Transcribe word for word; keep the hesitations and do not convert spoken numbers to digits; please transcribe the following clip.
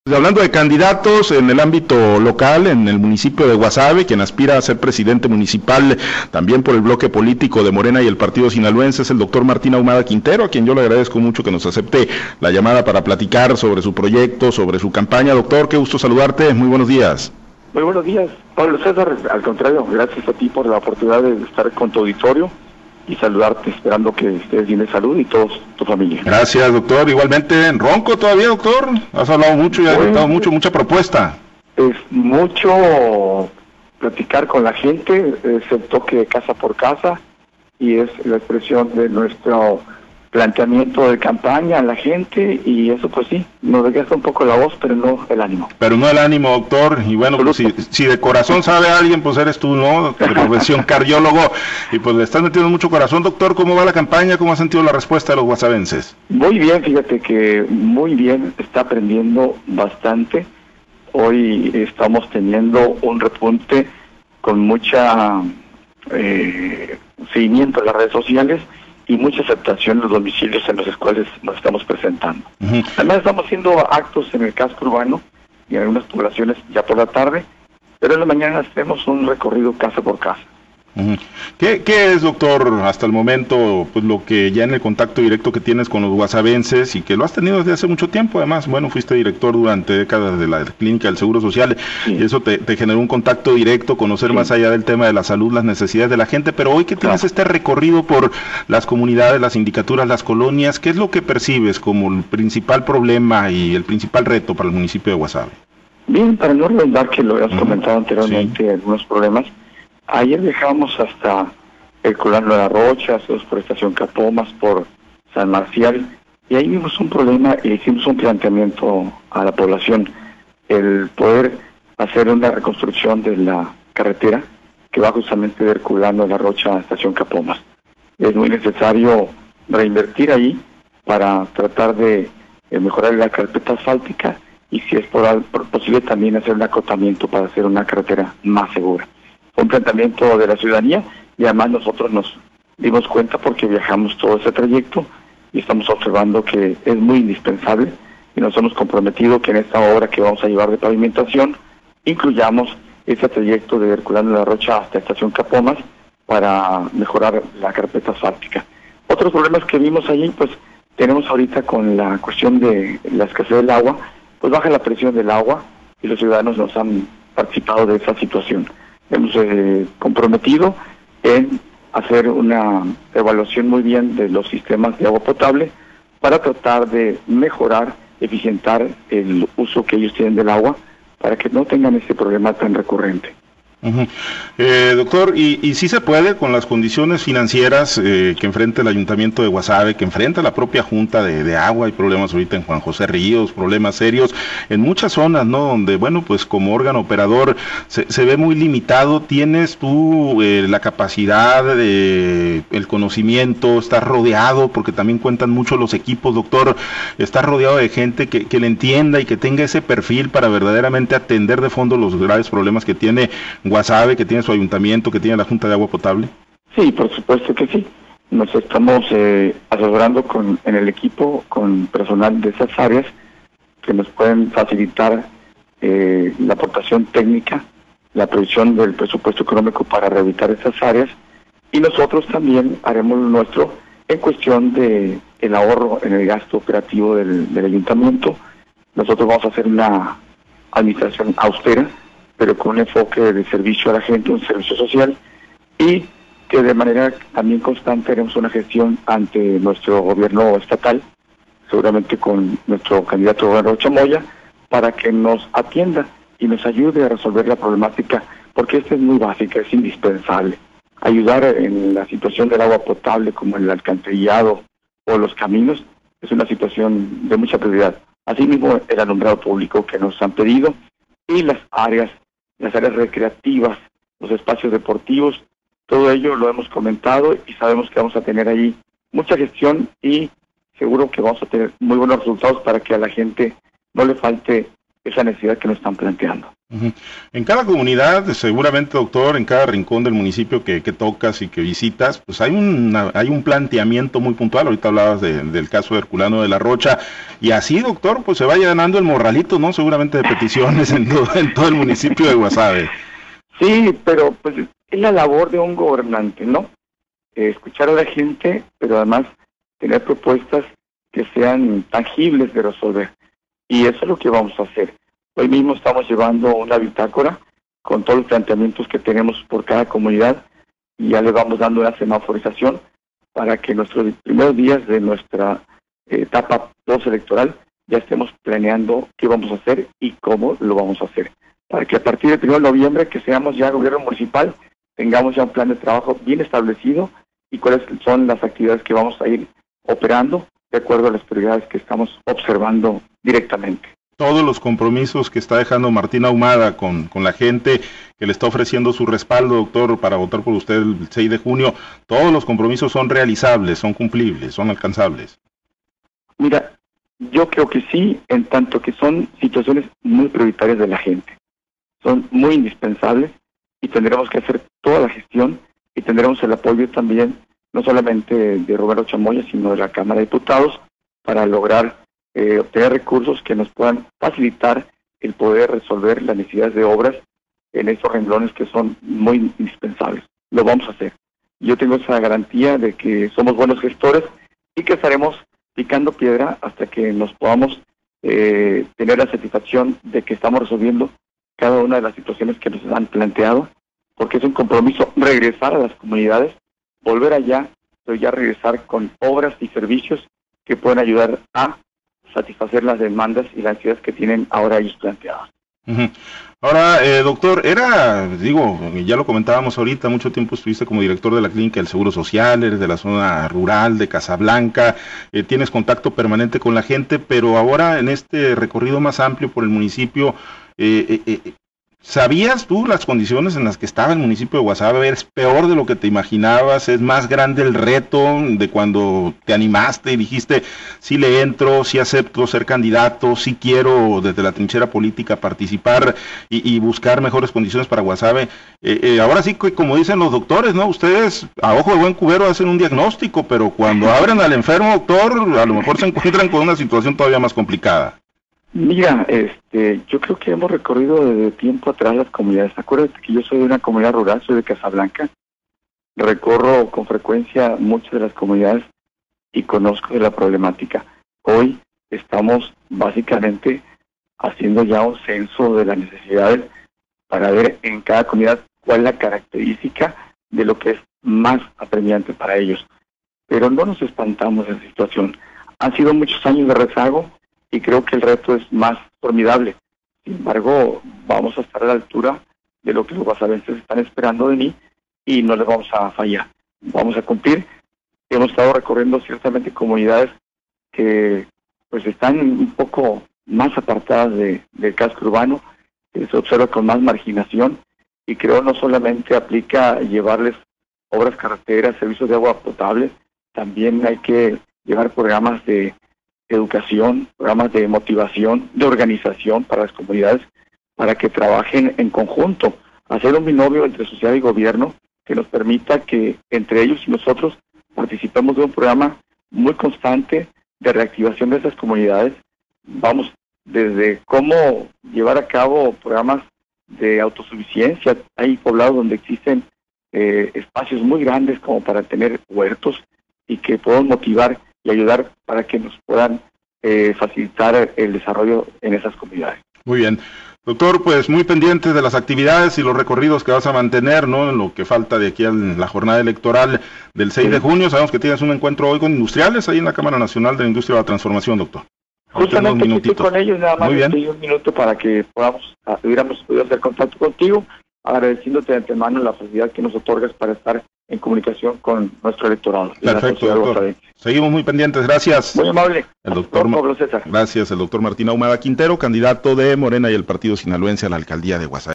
Hablando de candidatos en el ámbito local, en el municipio de Guasave, quien aspira a ser presidente municipal también por el bloque político de Morena y el Partido Sinaloense es el doctor Martín Ahumada Quintero, a quien yo le agradezco mucho que nos acepte la llamada para platicar sobre su proyecto, sobre su campaña. Doctor, qué gusto saludarte, muy buenos días. Muy buenos días, Pablo César, al contrario, gracias a ti por la oportunidad de estar con tu auditorio y saludarte, esperando que estés bien de salud y todos tu familia. Gracias, doctor. Igualmente, en ronco todavía, doctor. Has hablado mucho y has gritado mucho, mucha propuesta. Es mucho platicar con la gente, es el toque de casa por casa y es la expresión de nuestro planteamiento de campaña a la gente, y eso pues sí, nos desgasta un poco la voz, pero no el ánimo. Pero no el ánimo, doctor, y bueno, pues si, si de corazón sabe alguien, pues eres tú, ¿no? De profesión cardiólogo, y pues le estás metiendo mucho corazón, doctor. ¿Cómo va la campaña? ¿Cómo ha sentido la respuesta de los guasavenses? Muy bien, fíjate que muy bien, está aprendiendo bastante. Hoy estamos teniendo un repunte con mucha eh, seguimiento en las redes sociales y mucha aceptación en los domicilios en los cuales nos estamos presentando. Uh-huh. Además estamos haciendo actos en el casco urbano y en algunas poblaciones ya por la tarde, pero en la mañana hacemos un recorrido casa por casa. Uh-huh. ¿Qué, ¿Qué es, doctor, hasta el momento, pues lo que ya en el contacto directo que tienes con los guasavenses y que lo has tenido desde hace mucho tiempo? Además, bueno, fuiste director durante décadas de la Clínica del Seguro Social, sí. Y eso te, te generó un contacto directo, conocer sí. más allá del tema de la salud, las necesidades de la gente, pero hoy que tienes claro. este recorrido por las comunidades, las sindicaturas, las colonias, ¿qué es lo que percibes como el principal problema y el principal reto para el municipio de Guasave? Bien, para no redundar que lo habías uh-huh. comentado anteriormente, sí. algunos problemas. Ayer dejamos hasta el Culano de la Rocha, hacemos por Estación Capomas, por San Marcial, y ahí vimos un problema y hicimos un planteamiento a la población, el poder hacer una reconstrucción de la carretera que va justamente del Culano de la Rocha a Estación Capomas. Es muy necesario reinvertir ahí para tratar de eh, mejorar la carpeta asfáltica y, si es por, por posible, también hacer un acotamiento para hacer una carretera más segura. Un planteamiento de la ciudadanía, y además nosotros nos dimos cuenta porque viajamos todo ese trayecto y estamos observando que es muy indispensable, y nos hemos comprometido que en esta obra que vamos a llevar de pavimentación incluyamos ese trayecto de Herculano de la Rocha hasta Estación Capomas para mejorar la carpeta asfáltica. Otros problemas que vimos allí, pues tenemos ahorita con la cuestión de la escasez del agua, pues baja la presión del agua y los ciudadanos nos han participado de esa situación. Hemos eh, comprometido en hacer una evaluación muy bien de los sistemas de agua potable para tratar de mejorar, eficientar el uso que ellos tienen del agua para que no tengan ese problema tan recurrente. Uh-huh. eh, doctor, ¿y, y si se puede con las condiciones financieras eh, que enfrenta el Ayuntamiento de Guasave, que enfrenta la propia Junta de, de Agua? Hay problemas ahorita en Juan José Ríos, problemas serios en muchas zonas, ¿no? Donde, bueno, pues como órgano operador se, se ve muy limitado. ¿Tienes tú eh, la capacidad, eh, el conocimiento? ¿Estás rodeado? Porque también cuentan mucho los equipos, doctor. ¿Estás rodeado de gente que, que le entienda y que tenga ese perfil para verdaderamente atender de fondo los graves problemas que tiene Guasave, que tiene su ayuntamiento, que tiene la Junta de Agua Potable? Sí, por supuesto que sí. Nos estamos eh, asesorando con, en el equipo con personal de esas áreas que nos pueden facilitar eh, la aportación técnica, la previsión del presupuesto económico para rehabilitar esas áreas, y nosotros también haremos lo nuestro en cuestión de el ahorro en el gasto operativo del, del ayuntamiento. Nosotros vamos a hacer una administración austera, pero con un enfoque de servicio a la gente, un servicio social, y que de manera también constante haremos una gestión ante nuestro gobierno estatal, seguramente con nuestro candidato gobernador Chamoya, para que nos atienda y nos ayude a resolver la problemática, porque esta es muy básica, es indispensable. Ayudar en la situación del agua potable, como el alcantarillado o los caminos, es una situación de mucha prioridad. Asimismo, el alumbrado público que nos han pedido, y las áreas las áreas recreativas, los espacios deportivos, todo ello lo hemos comentado y sabemos que vamos a tener ahí mucha gestión y seguro que vamos a tener muy buenos resultados para que a la gente no le falte esa necesidad que nos están planteando. Uh-huh. En cada comunidad, seguramente, doctor, en cada rincón del municipio que, que tocas y que visitas, pues hay, una, hay un planteamiento muy puntual. Ahorita hablabas de, del caso de Herculano de la Rocha, y así, doctor, pues se vaya ganando el morralito, ¿no? Seguramente de peticiones en todo, en todo el municipio de Guasave. Sí, pero pues es la labor de un gobernante, ¿no? Eh, escuchar a la gente, pero además tener propuestas que sean tangibles de resolver. Y eso es lo que vamos a hacer. Hoy mismo estamos llevando una bitácora con todos los planteamientos que tenemos por cada comunidad y ya le vamos dando una semaforización para que en nuestros primeros días de nuestra eh, etapa postelectoral ya estemos planeando qué vamos a hacer y cómo lo vamos a hacer. Para que a partir del primero de noviembre, que seamos ya gobierno municipal, tengamos ya un plan de trabajo bien establecido y cuáles son las actividades que vamos a ir operando de acuerdo a las prioridades que estamos observando directamente. Todos los compromisos que está dejando Martín Ahumada con, con la gente que le está ofreciendo su respaldo, doctor, para votar por usted el seis de junio, todos los compromisos son realizables, son cumplibles, son alcanzables. Mira, yo creo que sí, en tanto que son situaciones muy prioritarias de la gente. Son muy indispensables y tendremos que hacer toda la gestión y tendremos el apoyo también, no solamente de Roberto Chamoya, sino de la Cámara de Diputados, para lograr Eh, obtener recursos que nos puedan facilitar el poder resolver las necesidades de obras en estos renglones que son muy indispensables. Lo vamos a hacer. Yo tengo esa garantía de que somos buenos gestores y que estaremos picando piedra hasta que nos podamos eh, tener la satisfacción de que estamos resolviendo cada una de las situaciones que nos han planteado, porque es un compromiso regresar a las comunidades, volver allá, pero ya regresar con obras y servicios que puedan ayudar a satisfacer las demandas y las necesidades que tienen ahora ellos planteadas. Uh-huh. Ahora, eh, doctor, era, digo, ya lo comentábamos ahorita, mucho tiempo estuviste como director de la Clínica del Seguro Social, eres de la zona rural de Casablanca, eh, tienes contacto permanente con la gente, pero ahora en este recorrido más amplio por el municipio, eh, eh, eh, ¿sabías tú las condiciones en las que estaba el municipio de Guasave? ¿Es peor de lo que te imaginabas? ¿Es más grande el reto de cuando te animaste y dijiste, sí le entro, sí acepto ser candidato, sí quiero desde la trinchera política participar y, y buscar mejores condiciones para Guasave? Eh, eh, ahora sí, como dicen los doctores, ¿no? Ustedes a ojo de buen cubero hacen un diagnóstico, pero cuando abren al enfermo, doctor, a lo mejor se encuentran con una situación todavía más complicada. Mira, este, yo creo que hemos recorrido desde tiempo atrás las comunidades. Acuérdate que yo soy de una comunidad rural, soy de Casablanca. Recorro con frecuencia muchas de las comunidades y conozco de la problemática. Hoy estamos básicamente haciendo ya un censo de las necesidades para ver en cada comunidad cuál es la característica de lo que es más apremiante para ellos. Pero no nos espantamos de esa situación. Han sido muchos años de rezago y creo que el reto es más formidable. Sin embargo, vamos a estar a la altura de lo que los guasavenses están esperando de mí y no les vamos a fallar. Vamos a cumplir. Hemos estado recorriendo ciertamente comunidades que pues están un poco más apartadas de, del casco urbano, que se observa con más marginación, y creo no solamente aplica llevarles obras carreteras, servicios de agua potable, también hay que llevar programas de educación, programas de motivación, de organización para las comunidades, para que trabajen en conjunto, hacer un binomio entre sociedad y gobierno que nos permita que entre ellos y nosotros participemos de un programa muy constante de reactivación de esas comunidades. Vamos, desde cómo llevar a cabo programas de autosuficiencia. Hay poblados donde existen eh, espacios muy grandes como para tener huertos y que podamos motivar y ayudar para que nos puedan eh, facilitar el desarrollo en esas comunidades. Muy bien. Doctor, pues muy pendientes de las actividades y los recorridos que vas a mantener, ¿no? En lo que falta de aquí a la jornada electoral del seis de junio. Sabemos que tienes un encuentro hoy con industriales ahí en la Cámara Nacional de la Industria de la Transformación, doctor. Justamente aquí estoy con ellos, nada más estoy un minuto para que podamos, hubiéramos podido hacer contacto contigo, agradeciéndote de antemano la facilidad que nos otorgas para estar en comunicación con nuestro electorado. Perfecto, doctor. Seguimos muy pendientes, gracias. Muy amable. El doctor Pablo César. Gracias, el doctor Martín Ahumada Quintero, candidato de Morena y el Partido Sinaloense a la alcaldía de Guasave.